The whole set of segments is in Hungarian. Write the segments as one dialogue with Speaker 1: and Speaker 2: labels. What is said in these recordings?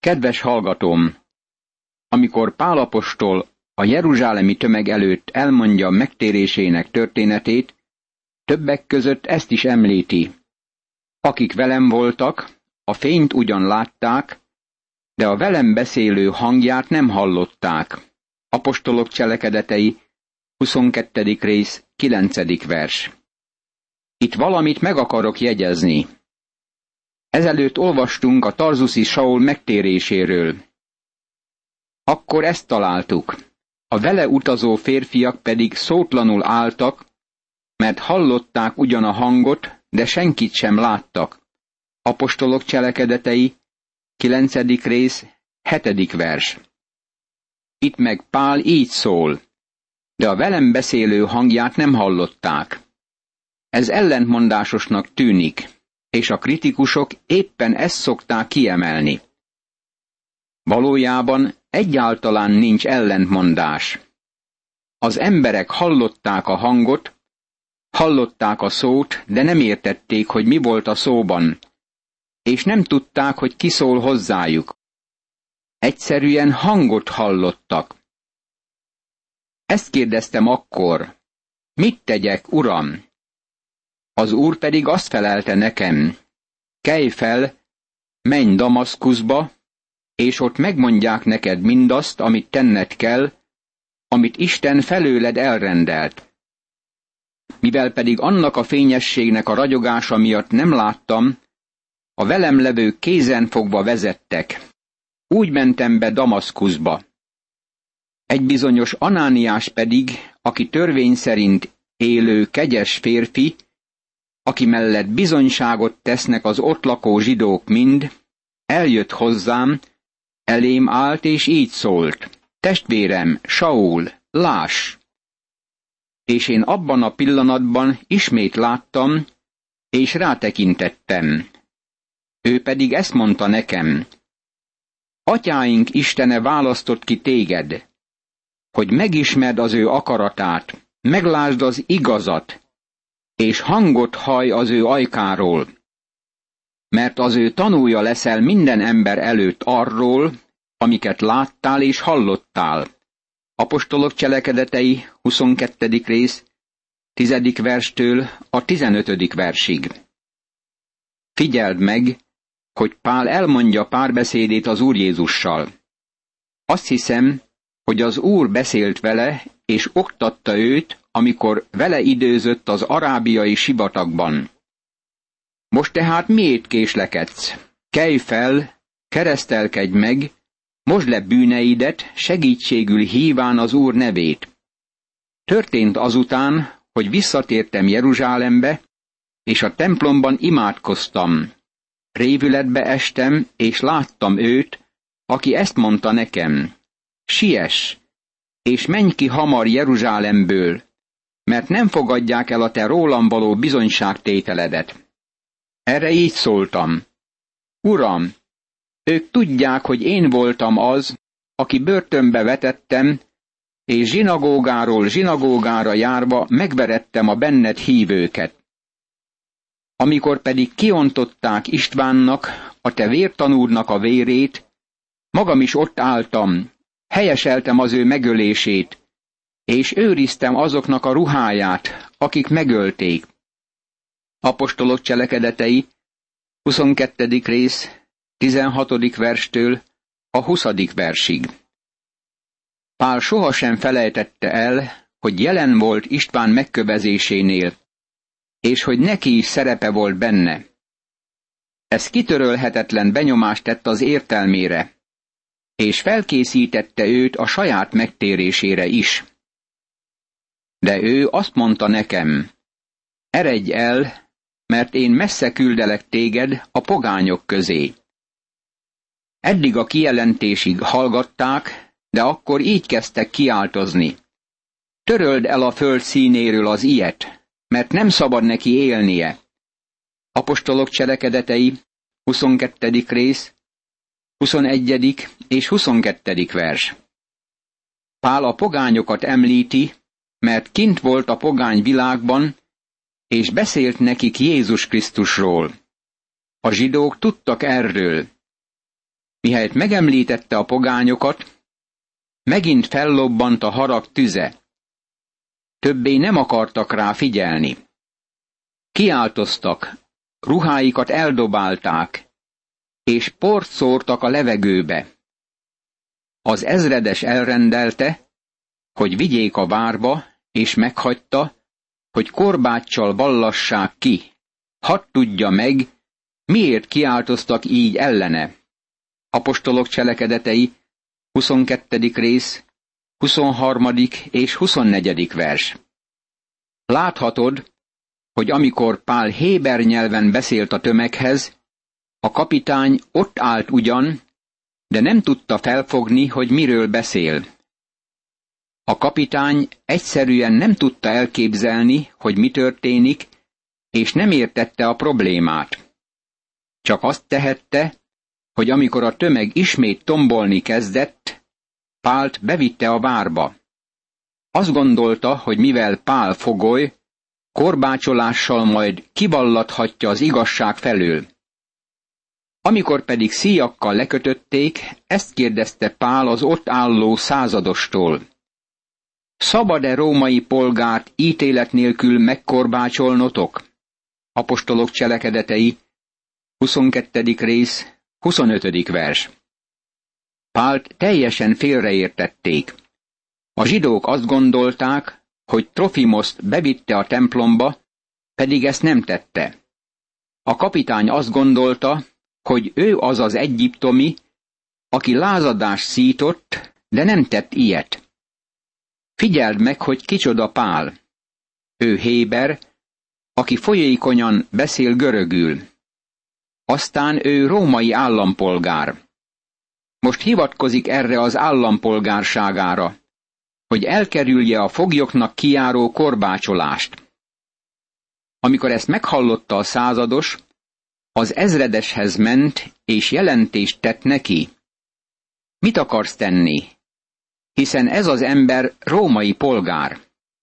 Speaker 1: Kedves hallgatóm, amikor Pál apostol a jeruzsálemi tömeg előtt elmondja megtérésének történetét, többek között ezt is említi. Akik velem voltak, a fényt ugyan látták, de a velem beszélő hangját nem hallották. Apostolok cselekedetei, 22. rész, 9. vers. Itt valamit meg akarok jegyezni. Ezelőtt olvastunk a tarzuszi Saul megtéréséről. Akkor ezt találtuk. A vele utazó férfiak pedig szótlanul álltak, mert hallották ugyan a hangot, de senkit sem láttak. Apostolok cselekedetei, 9. rész, 7. vers. Itt meg Pál így szól, de a velem beszélő hangját nem hallották. Ez ellentmondásosnak tűnik, és a kritikusok éppen ezt szokták kiemelni. Valójában egyáltalán nincs ellentmondás. Az emberek hallották a hangot, hallották a szót, de nem értették, hogy mi volt a szóban, és nem tudták, hogy ki szól hozzájuk. Egyszerűen hangot hallottak. Ezt kérdeztem akkor, mit tegyek, Uram? Az Úr pedig azt felelte nekem, kelj fel, menj Damaszkuszba, és ott megmondják neked mindazt, amit tenned kell, amit Isten felőled elrendelt. Mivel pedig annak a fényességnek a ragyogása miatt nem láttam, a velem levők kézenfogva vezettek. Úgy mentem be Damaszkuszba. Egy bizonyos Anániás pedig, aki törvény szerint élő kegyes férfi, aki mellett bizonyságot tesznek az ott lakó zsidók mind, eljött hozzám, elém állt és így szólt, testvérem, Saul, láss! És én abban a pillanatban ismét láttam, és rátekintettem. Ő pedig ezt mondta nekem, Atyáink Istene választott ki téged, hogy megismerd az ő akaratát, meglásd az igazat, és hangot hallj az ő ajkáról, mert az ő tanúja leszel minden ember előtt arról, amiket láttál és hallottál. Apostolok cselekedetei, 22. rész, 10. verstől a 15. versig. Figyeld meg, hogy Pál elmondja párbeszédét az Úr Jézussal. Azt hiszem, hogy az Úr beszélt vele, és oktatta őt, amikor vele időzött az arábiai sivatagban. Most tehát miért késlekedsz? Kelj fel, keresztelkedj meg, mosd le bűneidet, segítségül híván az Úr nevét. Történt azután, hogy visszatértem Jeruzsálembe, és a templomban imádkoztam. Révületbe estem, és láttam őt, aki ezt mondta nekem. Siess, és menj ki hamar Jeruzsálemből, mert nem fogadják el a te rólam való bizonyságtételedet. Erre így szóltam. Uram, ők tudják, hogy én voltam az, aki börtönbe vetettem, és zsinagógáról zsinagógára járva megverettem a benned hívőket. Amikor pedig kiontották Istvánnak, a te vértanúrnak a vérét, magam is ott álltam, helyeseltem az ő megölését, és őriztem azoknak a ruháját, akik megölték. Apostolok cselekedetei, 22. rész, 16. verstől a 20. versig. Pál sohasem felejtette el, hogy jelen volt István megkövezésénél, és hogy neki is szerepe volt benne. Ez kitörölhetetlen benyomást tett az értelmére, és felkészítette őt a saját megtérésére is. De ő azt mondta nekem, eredj el, mert én messze küldelek téged a pogányok közé. Eddig a kijelentésig hallgatták, de akkor így kezdtek kiáltozni. Töröld el a föld színéről az ilyet, mert nem szabad neki élnie. Apostolok cselekedetei, 22. rész, 21. és 22. vers. Pál a pogányokat említi, mert kint volt a pogány világban, és beszélt nekik Jézus Krisztusról. A zsidók tudtak erről. Mihelyt megemlítette a pogányokat, megint fellobbant a harag tüze. Többé nem akartak rá figyelni. Kiáltoztak, ruháikat eldobálták, és port szórtak a levegőbe. Az ezredes elrendelte, hogy vigyék a várba, és meghagyta, hogy korbáccsal vallassák ki. Hadd tudja meg, miért kiáltoztak így ellene. Apostolok cselekedetei, 22. rész, 23. és 24. vers. Láthatod, hogy amikor Pál héber nyelven beszélt a tömeghez, a kapitány ott állt ugyan, de nem tudta felfogni, hogy miről beszél. A kapitány egyszerűen nem tudta elképzelni, hogy mi történik, és nem értette a problémát. Csak azt tehette, hogy amikor a tömeg ismét tombolni kezdett, Pált bevitte a várba. Azt gondolta, hogy mivel Pál fogoly, korbácsolással majd kivallathatja az igazság felől. Amikor pedig szíjakkal lekötötték, ezt kérdezte Pál az ott álló századostól. Szabad-e római polgárt ítélet nélkül megkorbácsolnotok? Apostolok cselekedetei, 22. rész, 25. vers. Pált teljesen félreértették. A zsidók azt gondolták, hogy Trofimoszt bevitte a templomba, pedig ezt nem tette. A kapitány azt gondolta, hogy ő az az egyiptomi, aki lázadást szított, de nem tett ilyet. Figyeld meg, hogy kicsoda Pál. Ő héber, aki folyékonyan beszél görögül. Aztán ő római állampolgár. Most hivatkozik erre az állampolgárságára, hogy elkerülje a foglyoknak kijáró korbácsolást. Amikor ezt meghallotta a százados, az ezredeshez ment, és jelentést tett neki. Mit akarsz tenni? Hiszen ez az ember római polgár.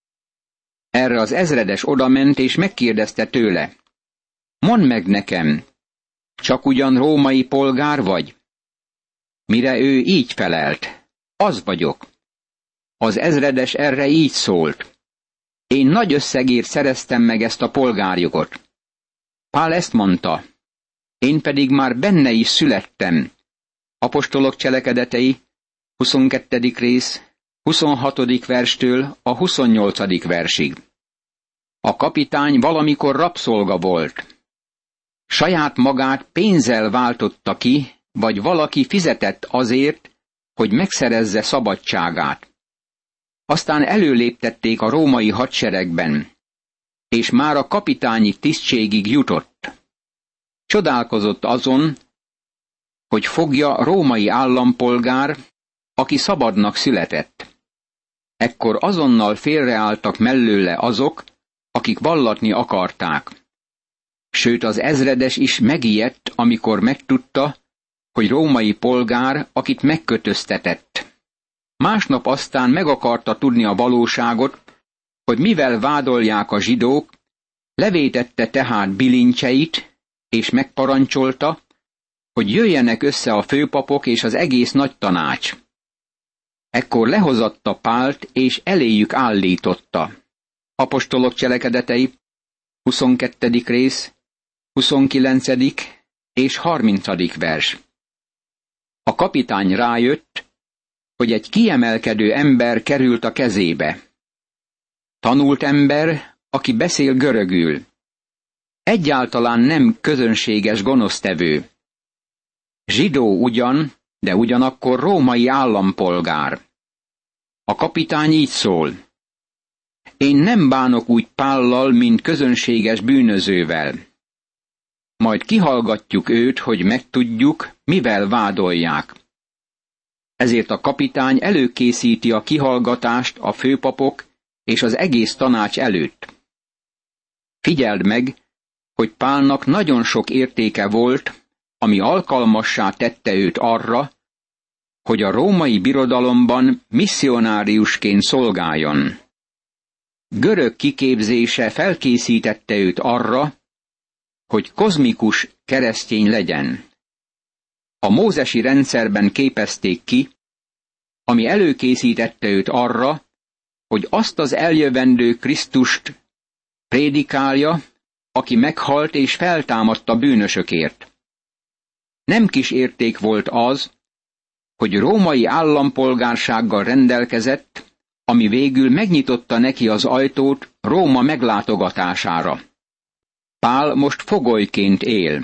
Speaker 1: Erre az ezredes odament, és megkérdezte tőle. Mondd meg nekem, csak ugyan római polgár vagy? Mire ő így felelt. Az vagyok. Az ezredes erre így szólt. Én nagy összegért szereztem meg ezt a polgárjogot. Pál ezt mondta. Én pedig már benne is születtem. Apostolok cselekedetei, 22. rész, 26. verstől a 28. versig. A kapitány valamikor rabszolga volt. Saját magát pénzzel váltotta ki, vagy valaki fizetett azért, hogy megszerezze szabadságát. Aztán előléptették a római hadseregben, és már a kapitányi tisztségig jutott. Csodálkozott azon, hogy fogja római állampolgár, aki szabadnak született. Ekkor azonnal félreálltak mellőle azok, akik vallatni akarták. Sőt, az ezredes is megijedt, amikor megtudta, hogy római polgár, akit megkötöztetett. Másnap aztán meg akarta tudni a valóságot, hogy mivel vádolják a zsidók, levétette tehát bilincseit, és megparancsolta, hogy jöjjenek össze a főpapok és az egész nagy tanács. Ekkor lehozatta Pált, és eléjük állította. Apostolok cselekedetei, 22. rész, 29. és 30. vers. A kapitány rájött, hogy egy kiemelkedő ember került a kezébe. Tanult ember, aki beszél görögül. Egyáltalán nem közönséges gonosztevő. Zsidó ugyan, de ugyanakkor római állampolgár. A kapitány így szól. Én nem bánok úgy Pállal, mint közönséges bűnözővel. Majd kihallgatjuk őt, hogy megtudjuk, mivel vádolják. Ezért a kapitány előkészíti a kihallgatást a főpapok és az egész tanács előtt. Figyeld meg, hogy Pálnak nagyon sok értéke volt, ami alkalmassá tette őt arra, hogy a római birodalomban misszionáriusként szolgáljon. Görög kiképzése felkészítette őt arra, hogy kozmikus keresztény legyen. a mózesi rendszerben képezték ki, ami előkészítette őt arra, hogy azt az eljövendő Krisztust prédikálja, aki meghalt és feltámadt a bűnösökért. Nem kis érték volt az, hogy római állampolgársággal rendelkezett, ami végül megnyitotta neki az ajtót Róma meglátogatására. Pál most fogolyként él.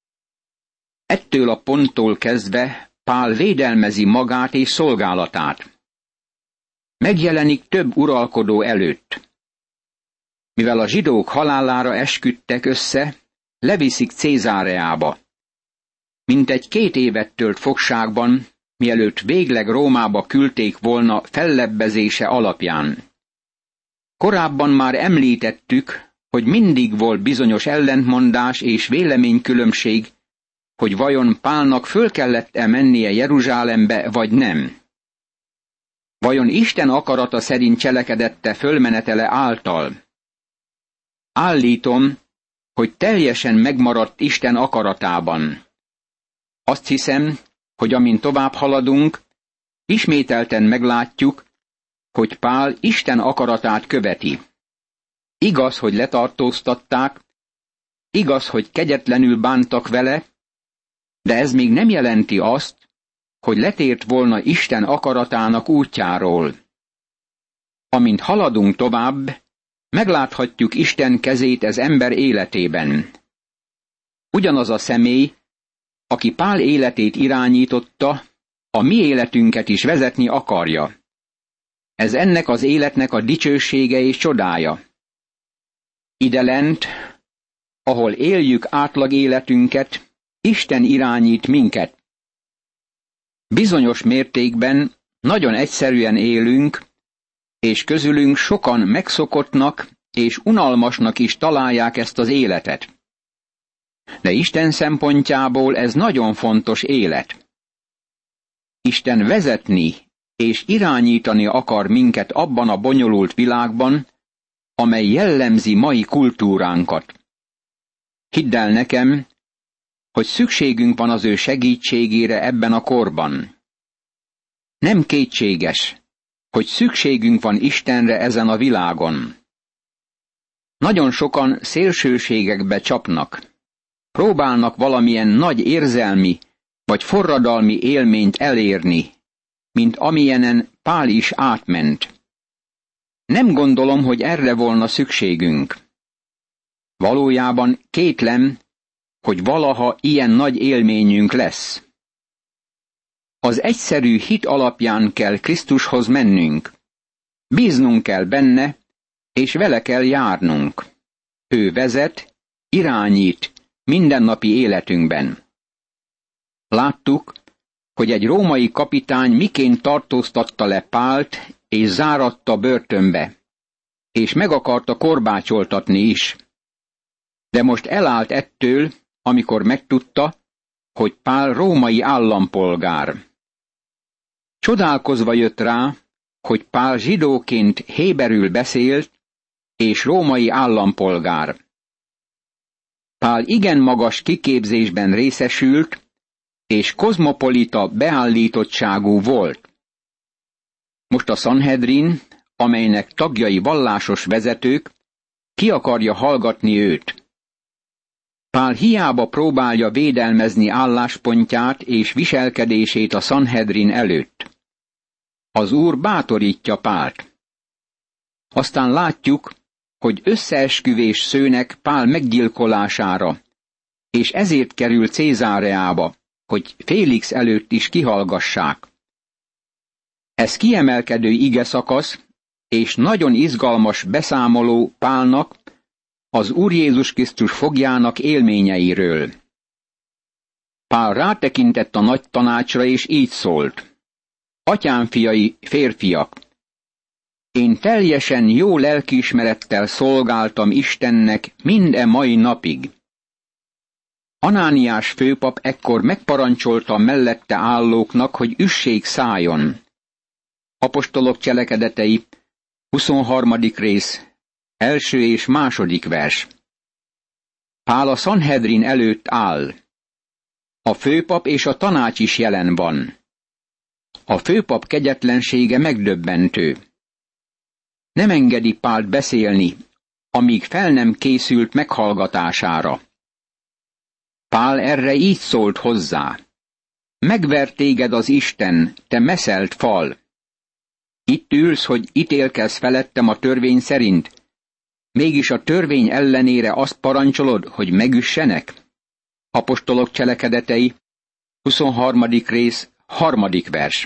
Speaker 1: Ettől a ponttól kezdve Pál védelmezi magát és szolgálatát. Megjelenik több uralkodó előtt. Mivel a zsidók halálára esküdtek össze, leviszik Cézáreába. Mintegy 2 évet tölt fogságban, mielőtt végleg Rómába küldték volna fellebbezése alapján. Korábban már említettük, hogy mindig volt bizonyos ellentmondás és véleménykülönbség, hogy vajon Pálnak föl kellett-e mennie Jeruzsálembe, vagy nem. Vajon Isten akarata szerint cselekedette fölmenetele által? Állítom, hogy teljesen megmaradt Isten akaratában. Azt hiszem, hogy amint tovább haladunk, ismételten meglátjuk, hogy Pál Isten akaratát követi. Igaz, hogy letartóztatták, igaz, hogy kegyetlenül bántak vele, de ez még nem jelenti azt, hogy letért volna Isten akaratának útjáról. Amint haladunk tovább, megláthatjuk Isten kezét az ember életében. Ugyanaz a személy, aki Pál életét irányította, a mi életünket is vezetni akarja. Ez ennek az életnek a dicsősége és csodája. Idelent, ahol éljük átlag életünket, Isten irányít minket. Bizonyos mértékben nagyon egyszerűen élünk, és közülünk sokan megszokottnak és unalmasnak is találják ezt az életet. De Isten szempontjából ez nagyon fontos élet. Isten vezetni és irányítani akar minket abban a bonyolult világban, amely jellemzi mai kultúránkat. Hidd el nekem, hogy szükségünk van az ő segítségére ebben a korban. Nem kétséges, hogy szükségünk van Istenre ezen a világon. Nagyon sokan szélsőségekbe csapnak. Próbálnak valamilyen nagy érzelmi vagy forradalmi élményt elérni, mint amilyenen Pál is átment. Nem gondolom, hogy erre volna szükségünk. Valójában kétlem, hogy valaha ilyen nagy élményünk lesz. Az egyszerű hit alapján kell Krisztushoz mennünk. Bíznunk kell benne, és vele kell járnunk. Ő vezet, irányít mindennapi életünkben. Láttuk, hogy egy római kapitány miként tartóztatta le Pált, és záratta börtönbe, és meg akarta korbácsoltatni is. De most elállt ettől, amikor megtudta, hogy Pál római állampolgár. Csodálkozva jött rá, hogy Pál zsidóként héberül beszélt, és római állampolgár. Pál igen magas kiképzésben részesült, és kozmopolita beállítottságú volt. Most a Sanhedrin, amelynek tagjai vallásos vezetők, ki akarja hallgatni őt. Pál hiába próbálja védelmezni álláspontját és viselkedését a Sanhedrin előtt. Az Úr bátorítja Pált. Aztán látjuk, hogy összeesküvés szőnek Pál meggyilkolására, és ezért kerül Cézáreába, hogy Félix előtt is kihallgassák. Ez kiemelkedő igeszakasz, és nagyon izgalmas beszámoló Pálnak, az Úr Jézus Krisztus fogjának élményeiről. Pál rátekintett a nagy tanácsra, és így szólt: Atyám fiai, férfiak, én teljesen jó lelkiismerettel szolgáltam Istennek mind mai napig. Anániás főpap ekkor megparancsolta mellette állóknak, hogy üssék szájon. Apostolok cselekedetei, 23. rész, 1. és 2. vers. Pál a Sanhedrin előtt áll. A főpap és a tanács is jelen van. A főpap kegyetlensége megdöbbentő. Nem engedi Pált beszélni, amíg fel nem készült meghallgatására. Pál erre így szólt hozzá: megver téged az Isten, te meszelt fal. Itt ülsz, hogy ítélkezz felettem a törvény szerint, mégis a törvény ellenére azt parancsolod, hogy megüssenek? Apostolok cselekedetei, 23. rész, 3. vers.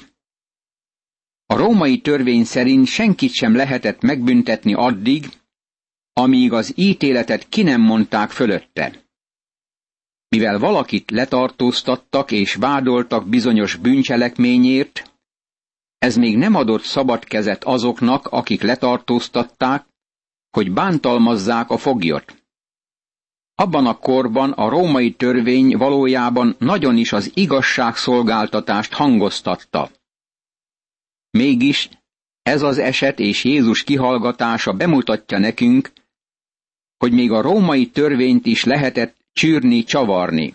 Speaker 1: A római törvény szerint senkit sem lehetett megbüntetni addig, amíg az ítéletet ki nem mondták fölötte. Mivel valakit letartóztattak és vádoltak bizonyos bűncselekményért, ez még nem adott szabad kezet azoknak, akik letartóztatták, hogy bántalmazzák a foglyot. Abban a korban a római törvény valójában nagyon is az igazságszolgáltatást hangoztatta. Mégis ez az eset és Jézus kihallgatása bemutatja nekünk, hogy még a római törvényt is lehetett csűrni, csavarni.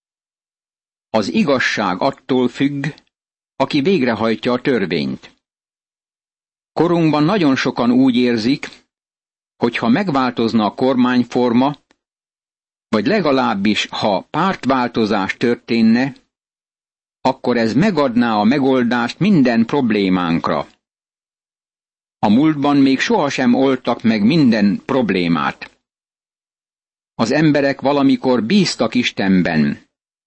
Speaker 1: Az igazság attól függ, aki végrehajtja a törvényt. Korunkban nagyon sokan úgy érzik, hogy ha megváltozna a kormányforma, vagy legalábbis ha pártváltozás történne, akkor ez megadná a megoldást minden problémánkra. A múltban még sohasem oldtak meg minden problémát. Az emberek valamikor bíztak Istenben.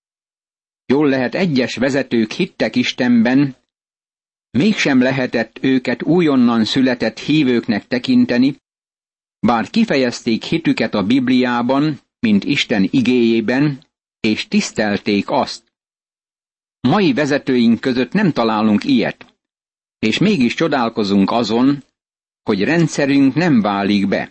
Speaker 1: Jól lehet, egyes vezetők hittek Istenben, mégsem lehetett őket újonnan született hívőknek tekinteni, bár kifejezték hitüket a Bibliában, mint Isten igéjében, és tisztelték azt. Mai vezetőink között nem találunk ilyet, és mégis csodálkozunk azon, hogy rendszerünk nem válik be.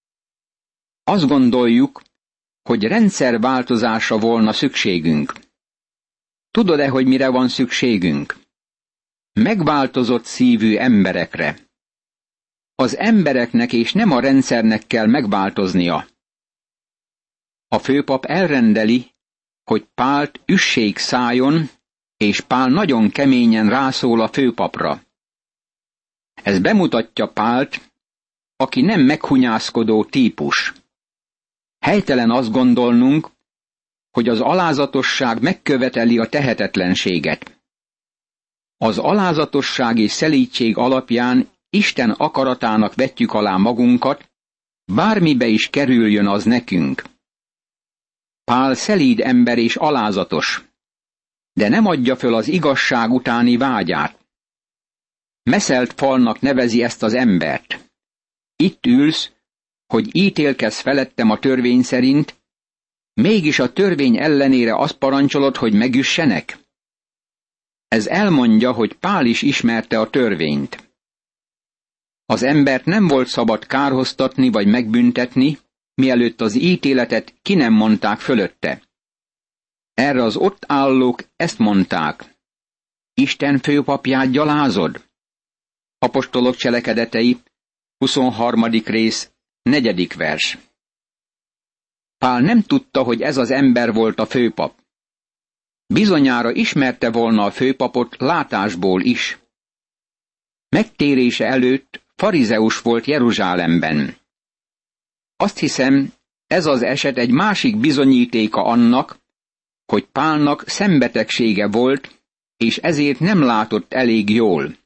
Speaker 1: Azt gondoljuk, hogy rendszerváltozásra volna szükségünk. Tudod-e, hogy mire van szükségünk? Megváltozott szívű emberekre. Az embereknek és nem a rendszernek kell megváltoznia. A főpap elrendeli, hogy Pált üssék szájon, és Pál nagyon keményen rászól a főpapra. Ez bemutatja Pált, aki nem meghunyászkodó típus. Helytelen azt gondolnunk, hogy az alázatosság megköveteli a tehetetlenséget. Az alázatosság és szelídség alapján Isten akaratának vetjük alá magunkat, bármibe is kerüljön az nekünk. Pál szelíd ember és alázatos, de nem adja föl az igazság utáni vágyát. Meszelt falnak nevezi ezt az embert. Itt ülsz, hogy ítélkezz felettem a törvény szerint, mégis a törvény ellenére azt parancsolod, hogy megüssenek? Ez elmondja, hogy Pál is ismerte a törvényt. Az embert nem volt szabad kárhoztatni vagy megbüntetni, mielőtt az ítéletet ki nem mondták fölötte. Erre az ott állók ezt mondták: Isten főpapját gyalázod? Apostolok cselekedetei, 23. rész, 4. vers. Pál nem tudta, hogy ez az ember volt a főpap. Bizonyára ismerte volna a főpapot látásból is. Megtérése előtt farizeus volt Jeruzsálemben. Azt hiszem, ez az eset egy másik bizonyítéka annak, hogy Pálnak szembetegsége volt, és ezért nem látott elég jól.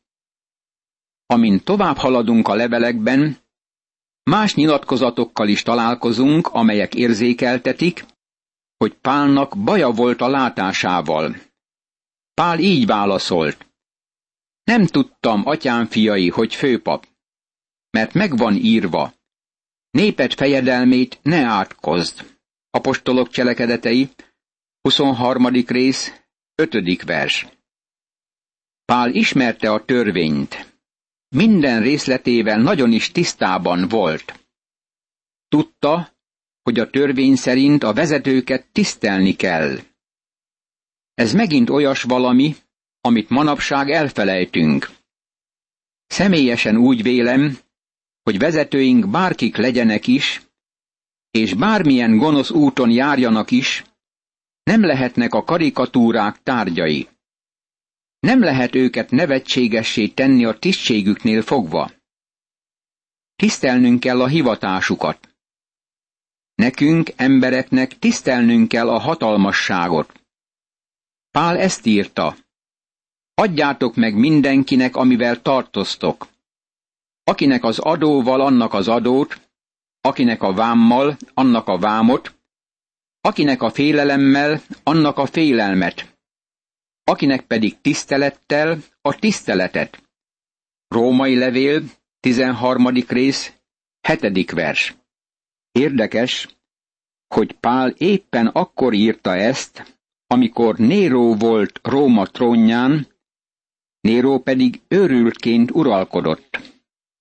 Speaker 1: Amint tovább haladunk a levelekben, más nyilatkozatokkal is találkozunk, amelyek érzékeltetik, hogy Pálnak baja volt a látásával. Pál így válaszolt: nem tudtam, atyám fiai, hogy főpap, mert megvan írva: néped fejedelmét ne átkozd. Apostolok cselekedetei, 23. rész, 5. vers. Pál ismerte a törvényt. Minden részletével nagyon is tisztában volt. Tudta, hogy a törvény szerint a vezetőket tisztelni kell. Ez megint olyas valami, amit manapság elfelejtünk. Személyesen úgy vélem, hogy vezetőink bárkik legyenek is, és bármilyen gonosz úton járjanak is, nem lehetnek a karikatúrák tárgyai. Nem lehet őket nevetségessé tenni a tisztségüknél fogva. Tisztelnünk kell a hivatásukat. Nekünk, embereknek tisztelnünk kell a hatalmasságot. Pál ezt írta: adjátok meg mindenkinek, amivel tartoztok. Akinek az adóval, annak az adót, akinek a vámmal, annak a vámot, akinek a félelemmel, annak a félelmet, akinek pedig tisztelettel, a tiszteletet. Római levél, 13. rész, 7. vers. Érdekes, hogy Pál éppen akkor írta ezt, amikor Néró volt Róma trónján, Néró pedig őrültként uralkodott.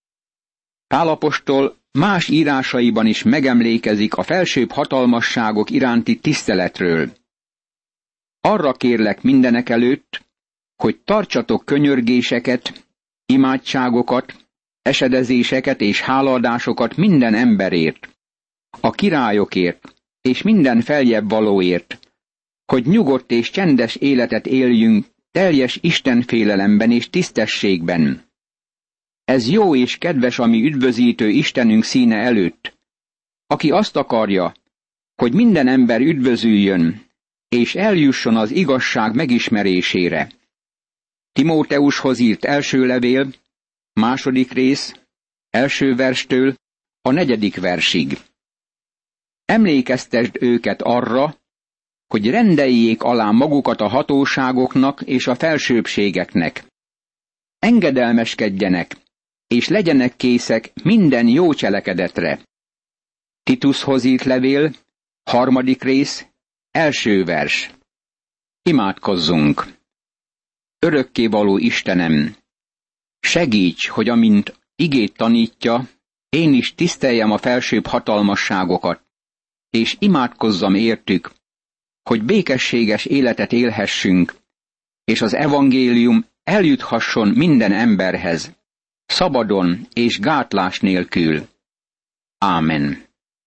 Speaker 1: Pál apostol más írásaiban is megemlékezik a felsőbb hatalmasságok iránti tiszteletről. Arra kérlek mindenekelőtt, hogy tartsatok könyörgéseket, imádságokat, esedezéseket és hálaadásokat minden emberért, a királyokért és minden feljebb valóért, hogy nyugodt és csendes életet éljünk teljes istenfélelemben és tisztességben. Ez jó és kedves a mi üdvözítő Istenünk színe előtt, aki azt akarja, hogy minden ember üdvözüljön, és eljusson az igazság megismerésére. Timóteushoz írt első levél, 2. rész, 1. verstől a 4. versig. Emlékeztesd őket arra, hogy rendeljék alá magukat a hatóságoknak és a felsőbbségeknek. Engedelmeskedjenek, és legyenek készek minden jó cselekedetre. Titushoz írt levél, 3. rész, 1. vers. Imádkozzunk! Örökkévaló Istenem, segíts, hogy amint igét tanítja, én is tiszteljem a felsőbb hatalmasságokat, és imádkozzam értük, hogy békességes életet élhessünk, és az evangélium eljuthasson minden emberhez, szabadon és gátlás nélkül. Ámen.